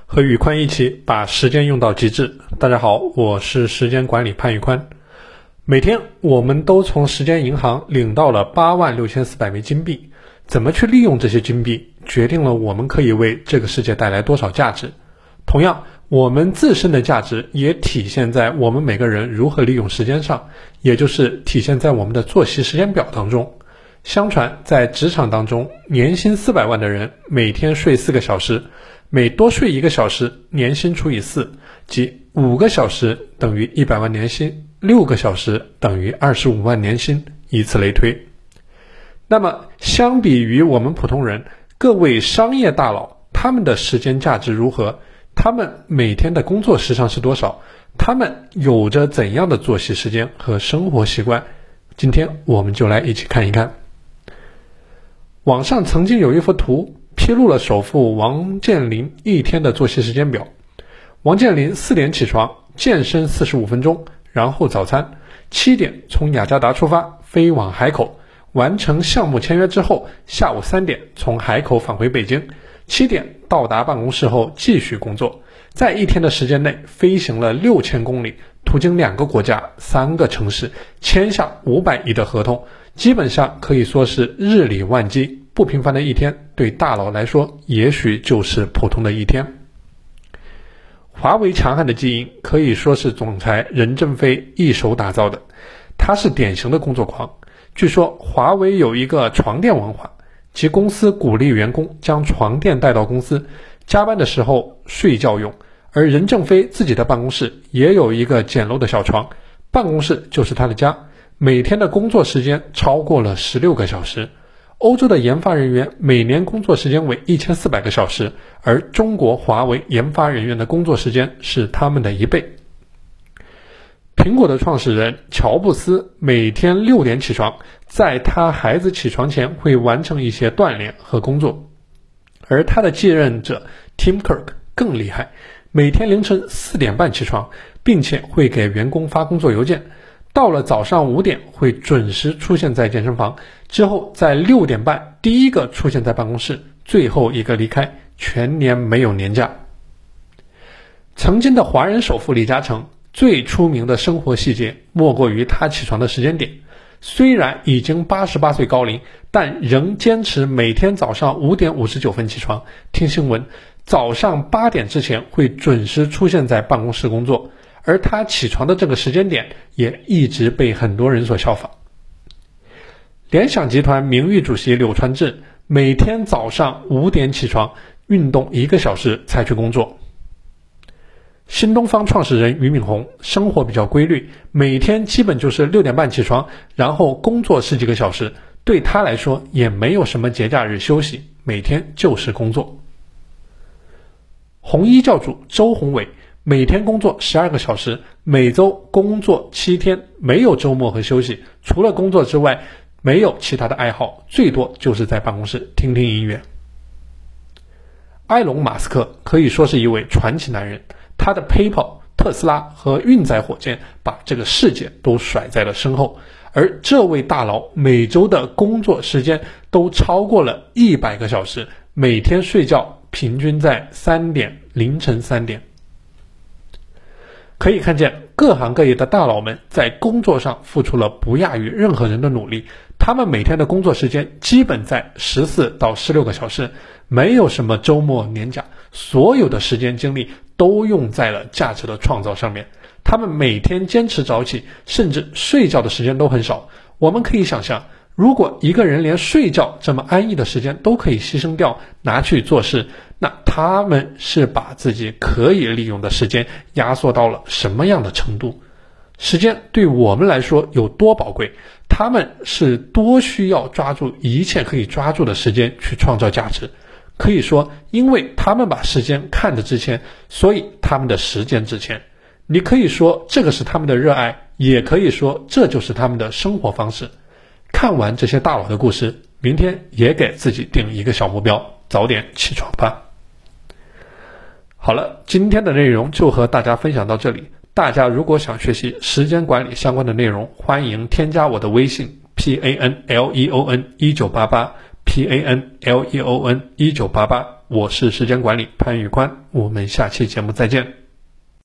和宇宽一起把时间用到极致。大家好，我是时间管理潘宇宽。每天我们都从时间银行领到了86400枚金币，怎么去利用这些金币，决定了我们可以为这个世界带来多少价值。同样，我们自身的价值也体现在我们每个人如何利用时间上，也就是体现在我们的作息时间表当中。相传在职场当中，年薪400万的人每天睡4个小时，每多睡1个小时，年薪除以4，即5个小时等于100万年薪，6个小时等于25万年薪，以此类推。那么相比于我们普通人，各位商业大佬，他们的时间价值如何？他们每天的工作时长是多少？他们有着怎样的作息时间和生活习惯？今天我们就来一起看一看。网上曾经有一幅图披露了首富王健林一天的作息时间表。王健林4点起床，健身45分钟，然后早餐，7点从雅加达出发，飞往海口，完成项目签约之后，下午3点从海口返回北京，7点到达办公室后继续工作，在一天的时间内飞行了6000公里，途经2个国家3个城市，签下500亿的合同，基本上可以说是日理万机。不平凡的一天，对大佬来说也许就是普通的一天。华为强悍的基因可以说是总裁任正非一手打造的，他是典型的工作狂。据说华为有一个床垫文化，其公司鼓励员工将床垫带到公司，加班的时候睡觉用。而任正非自己的办公室也有一个简陋的小床，办公室就是他的家，每天的工作时间超过了16个小时。欧洲的研发人员每年工作时间为1400个小时，而中国华为研发人员的工作时间是他们的1倍。苹果的创始人乔布斯每天6点起床，在他孩子起床前会完成一些锻炼和工作。而他的继任者 Tim Cook 更厉害，每天凌晨4点半起床，并且会给员工发工作邮件。到了早上5点会准时出现在健身房，之后在6点半第一个出现在办公室，最后一个离开，全年没有年假。曾经的华人首富李嘉诚最出名的生活细节莫过于他起床的时间点。虽然已经88岁高龄，但仍坚持每天早上5点59分起床，听新闻，早上8点之前会准时出现在办公室工作。而他起床的这个时间点也一直被很多人所效仿。联想集团名誉主席柳传志每天早上5点起床，运动1个小时才去工作。新东方创始人俞敏洪生活比较规律，每天基本就是6点半起床，然后工作10几个小时，对他来说也没有什么节假日休息，每天就是工作。红衣教主周鸿祎每天工作12个小时，每周工作7天，没有周末和休息，除了工作之外没有其他的爱好，最多就是在办公室听听音乐。埃隆·马斯克可以说是一位传奇男人，他的 PayPal、特斯拉和运载火箭把这个世界都甩在了身后，而这位大佬每周的工作时间都超过了100个小时，每天睡觉平均在凌晨3点。可以看见各行各业的大佬们在工作上付出了不亚于任何人的努力，他们每天的工作时间基本在14到16个小时，没有什么周末年假，所有的时间精力都用在了价值的创造上面。他们每天坚持早起，甚至睡觉的时间都很少。我们可以想象，如果一个人连睡觉这么安逸的时间都可以牺牲掉，拿去做事，那他们是把自己可以利用的时间压缩到了什么样的程度？时间对我们来说有多宝贵，他们是多需要抓住一切可以抓住的时间去创造价值。可以说，因为他们把时间看得值钱，所以他们的时间值钱。你可以说这个是他们的热爱，也可以说这就是他们的生活方式。看完这些大佬的故事，明天也给自己定一个小目标，早点起床吧。好了，今天的内容就和大家分享到这里。大家如果想学习时间管理相关的内容，欢迎添加我的微信 PANLEON1988 PANLEON1988。 我是时间管理潘玉宽，我们下期节目再见。